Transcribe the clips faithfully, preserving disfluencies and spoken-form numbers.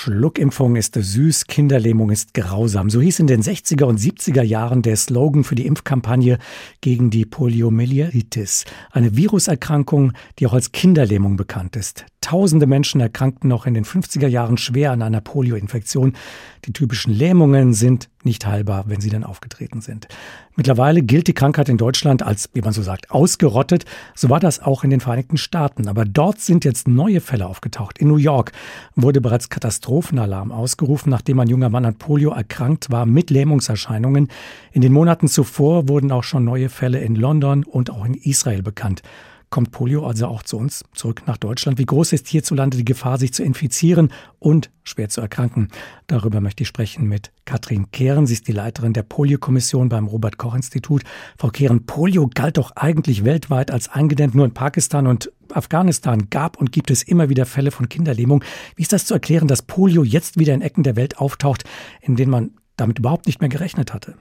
Schluckimpfung ist süß, Kinderlähmung ist grausam. So hieß in den sechziger und siebziger Jahren der Slogan für die Impfkampagne gegen die Poliomyelitis, eine Viruserkrankung, die auch als Kinderlähmung bekannt ist. Tausende Menschen erkrankten noch in den fünfziger Jahren schwer an einer Polioinfektion. Die typischen Lähmungen sind nicht heilbar, wenn sie dann aufgetreten sind. Mittlerweile gilt die Krankheit in Deutschland als, wie man so sagt, ausgerottet. So war das auch in den Vereinigten Staaten. Aber dort sind jetzt neue Fälle aufgetaucht. In New York wurde bereits Katastrophenalarm ausgerufen, nachdem ein junger Mann an Polio erkrankt war mit Lähmungserscheinungen. In den Monaten zuvor wurden auch schon neue Fälle in London und auch in Israel bekannt. Kommt Polio also auch zu uns zurück nach Deutschland? Wie groß ist hierzulande die Gefahr, sich zu infizieren und schwer zu erkranken? Darüber möchte ich sprechen mit Katrin Kehren. Sie ist die Leiterin der Polio-Kommission beim Robert-Koch-Institut. Frau Kehren, Polio galt doch eigentlich weltweit als eingedämmt. Nur in Pakistan und Afghanistan gab und gibt es immer wieder Fälle von Kinderlähmung. Wie ist das zu erklären, dass Polio jetzt wieder in Ecken der Welt auftaucht, in denen man damit überhaupt nicht mehr gerechnet hatte?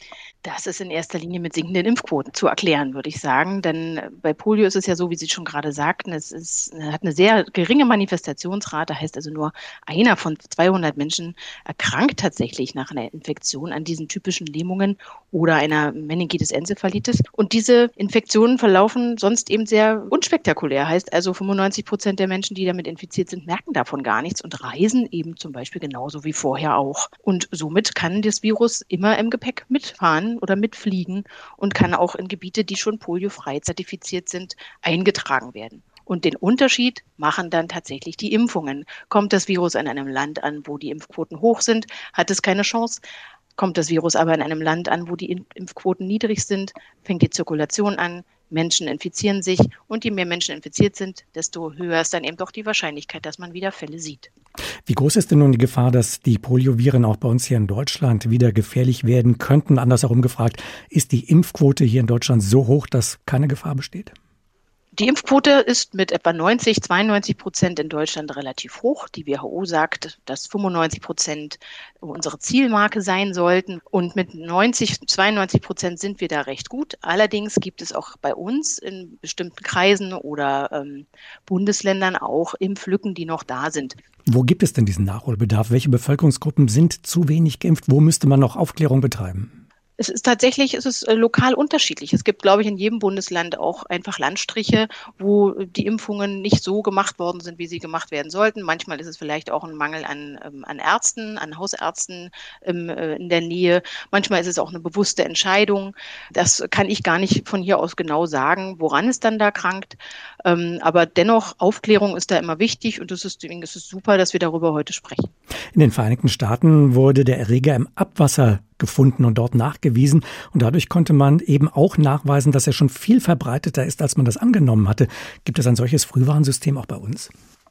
Das ist in erster Linie mit sinkenden Impfquoten zu erklären, würde ich sagen. Denn bei Polio ist es ja so, wie Sie schon gerade sagten, es ist, hat eine sehr geringe Manifestationsrate, heißt also nur einer von zweihundert Menschen erkrankt tatsächlich nach einer Infektion an diesen typischen Lähmungen oder einer Meningitis-Enzephalitis. Und diese Infektionen verlaufen sonst eben sehr unspektakulär, heißt also fünfundneunzig Prozent der Menschen, die damit infiziert sind, merken davon gar nichts und reisen eben zum Beispiel genauso wie vorher auch. Und somit kann das Virus immer im Gepäck mitfahren oder mitfliegen und kann auch in Gebiete, die schon poliofrei zertifiziert sind, eingetragen werden. Und den Unterschied machen dann tatsächlich die Impfungen. Kommt das Virus in einem Land an, wo die Impfquoten hoch sind, hat es keine Chance. Kommt das Virus aber in einem Land an, wo die Impfquoten niedrig sind, fängt die Zirkulation an, Menschen infizieren sich und je mehr Menschen infiziert sind, desto höher ist dann eben doch die Wahrscheinlichkeit, dass man wieder Fälle sieht. Wie groß ist denn nun die Gefahr, dass die Polioviren auch bei uns hier in Deutschland wieder gefährlich werden könnten? Andersherum gefragt, ist die Impfquote hier in Deutschland so hoch, dass keine Gefahr besteht? Die Impfquote ist mit etwa neunzig, zweiundneunzig Prozent in Deutschland relativ hoch. Die W H O sagt, dass fünfundneunzig Prozent unsere Zielmarke sein sollten. Und mit neunzig, zweiundneunzig Prozent sind wir da recht gut. Allerdings gibt es auch bei uns in bestimmten Kreisen oder ähm, Bundesländern auch Impflücken, die noch da sind. Wo gibt es denn diesen Nachholbedarf? Welche Bevölkerungsgruppen sind zu wenig geimpft? Wo müsste man noch Aufklärung betreiben? Es ist tatsächlich, es ist lokal unterschiedlich. Es gibt, glaube ich, in jedem Bundesland auch einfach Landstriche, wo die Impfungen nicht so gemacht worden sind, wie sie gemacht werden sollten. Manchmal ist es vielleicht auch ein Mangel an, an Ärzten, an Hausärzten ähm, in der Nähe. Manchmal ist es auch eine bewusste Entscheidung. Das kann ich gar nicht von hier aus genau sagen, woran es dann da krankt. Ähm, aber dennoch, Aufklärung ist da immer wichtig und es ist, deswegen ist es super, dass wir darüber heute sprechen. In den Vereinigten Staaten wurde der Erreger im Abwasser gefunden und dort nachgewiesen. Und dadurch konnte man eben auch nachweisen, dass er schon viel verbreiteter ist, als man das angenommen hatte. Gibt es ein solches Frühwarnsystem auch bei uns?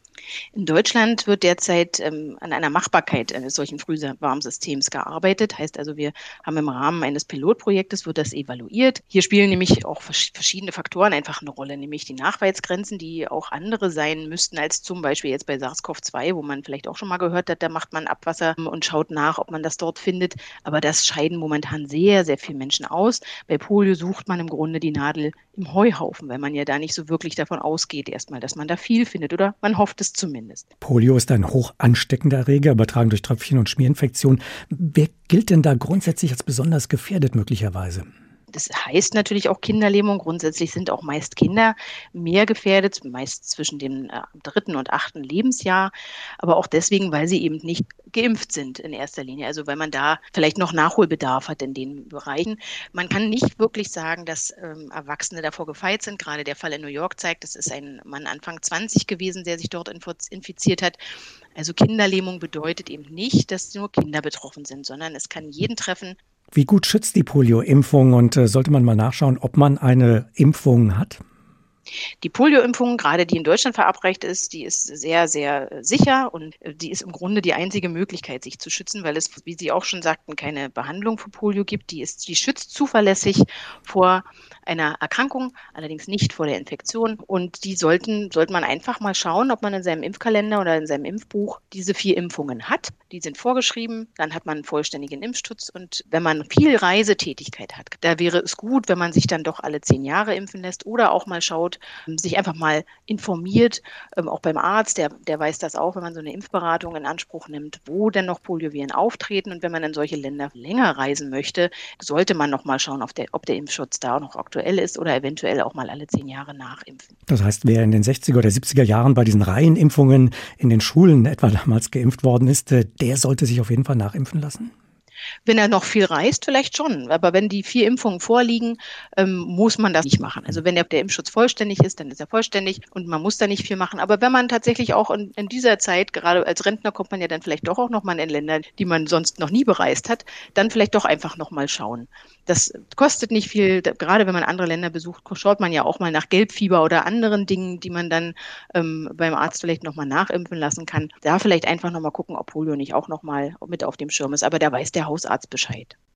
In Deutschland wird derzeit ähm, an einer Machbarkeit eines solchen Frühwarnsystems gearbeitet. Heißt also, wir haben im Rahmen eines Pilotprojektes, wird das evaluiert. Hier spielen nämlich auch vers- verschiedene Faktoren einfach eine Rolle, nämlich die Nachweisgrenzen, die auch andere sein müssten als zum Beispiel jetzt bei SARS-C o V zwei, wo man vielleicht auch schon mal gehört hat, da macht man Abwasser und schaut nach, ob man das dort findet. Aber das scheiden momentan sehr, sehr viele Menschen aus. Bei Polio sucht man im Grunde die Nadel im Heuhaufen, weil man ja da nicht so wirklich davon ausgeht erstmal, dass man da viel findet oder man hofft es zumindest. Polio ist ein hoch ansteckender Erreger, übertragen durch Tröpfchen- und Schmierinfektionen. Wer gilt denn da grundsätzlich als besonders gefährdet möglicherweise? Das heißt natürlich auch Kinderlähmung. Grundsätzlich sind auch meist Kinder mehr gefährdet, meist zwischen dem äh, dritten und achten Lebensjahr. Aber auch deswegen, weil sie eben nicht geimpft sind in erster Linie. Also weil man da vielleicht noch Nachholbedarf hat in den Bereichen. Man kann nicht wirklich sagen, dass ähm, Erwachsene davor gefeit sind. Gerade der Fall in New York zeigt, das ist ein Mann Anfang zwanzig gewesen, der sich dort infiziert hat. Also Kinderlähmung bedeutet eben nicht, dass nur Kinder betroffen sind, sondern es kann jeden treffen. Wie gut schützt die Polio-Impfung und äh, sollte man mal nachschauen, ob man eine Impfung hat? Die Polio-Impfung, gerade die in Deutschland verabreicht ist, die ist sehr, sehr sicher und die ist im Grunde die einzige Möglichkeit, sich zu schützen, weil es, wie Sie auch schon sagten, keine Behandlung für Polio gibt. Die ist, die schützt zuverlässig vor einer Erkrankung, allerdings nicht vor der Infektion. Und die sollten, sollte man einfach mal schauen, ob man in seinem Impfkalender oder in seinem Impfbuch diese vier Impfungen hat. Die sind vorgeschrieben, dann hat man einen vollständigen Impfschutz. Und wenn man viel Reisetätigkeit hat, da wäre es gut, wenn man sich dann doch alle zehn Jahre impfen lässt oder auch mal schaut, anschaut, sich einfach mal informiert, ähm, auch beim Arzt, der, der weiß das auch, wenn man so eine Impfberatung in Anspruch nimmt, wo denn noch Polioviren auftreten. Und wenn man in solche Länder länger reisen möchte, sollte man noch mal schauen, ob der, ob der Impfschutz da noch aktuell ist oder eventuell auch mal alle zehn Jahre nachimpfen. Das heißt, wer in den sechziger oder siebziger Jahren bei diesen Reihenimpfungen in den Schulen etwa damals geimpft worden ist, der sollte sich auf jeden Fall nachimpfen lassen? Wenn er noch viel reist, vielleicht schon. Aber wenn die vier Impfungen vorliegen, ähm, muss man das nicht machen. Also wenn der, der Impfschutz vollständig ist, dann ist er vollständig und man muss da nicht viel machen. Aber wenn man tatsächlich auch in, in dieser Zeit, gerade als Rentner kommt man ja dann vielleicht doch auch noch mal in Länder, die man sonst noch nie bereist hat, dann vielleicht doch einfach noch mal schauen. Das kostet nicht viel. Gerade wenn man andere Länder besucht, schaut man ja auch mal nach Gelbfieber oder anderen Dingen, die man dann ähm, beim Arzt vielleicht noch mal nachimpfen lassen kann. Da vielleicht einfach noch mal gucken, ob Polio nicht auch noch mal mit auf dem Schirm ist. Aber da weiß der Hausarzt Bescheid.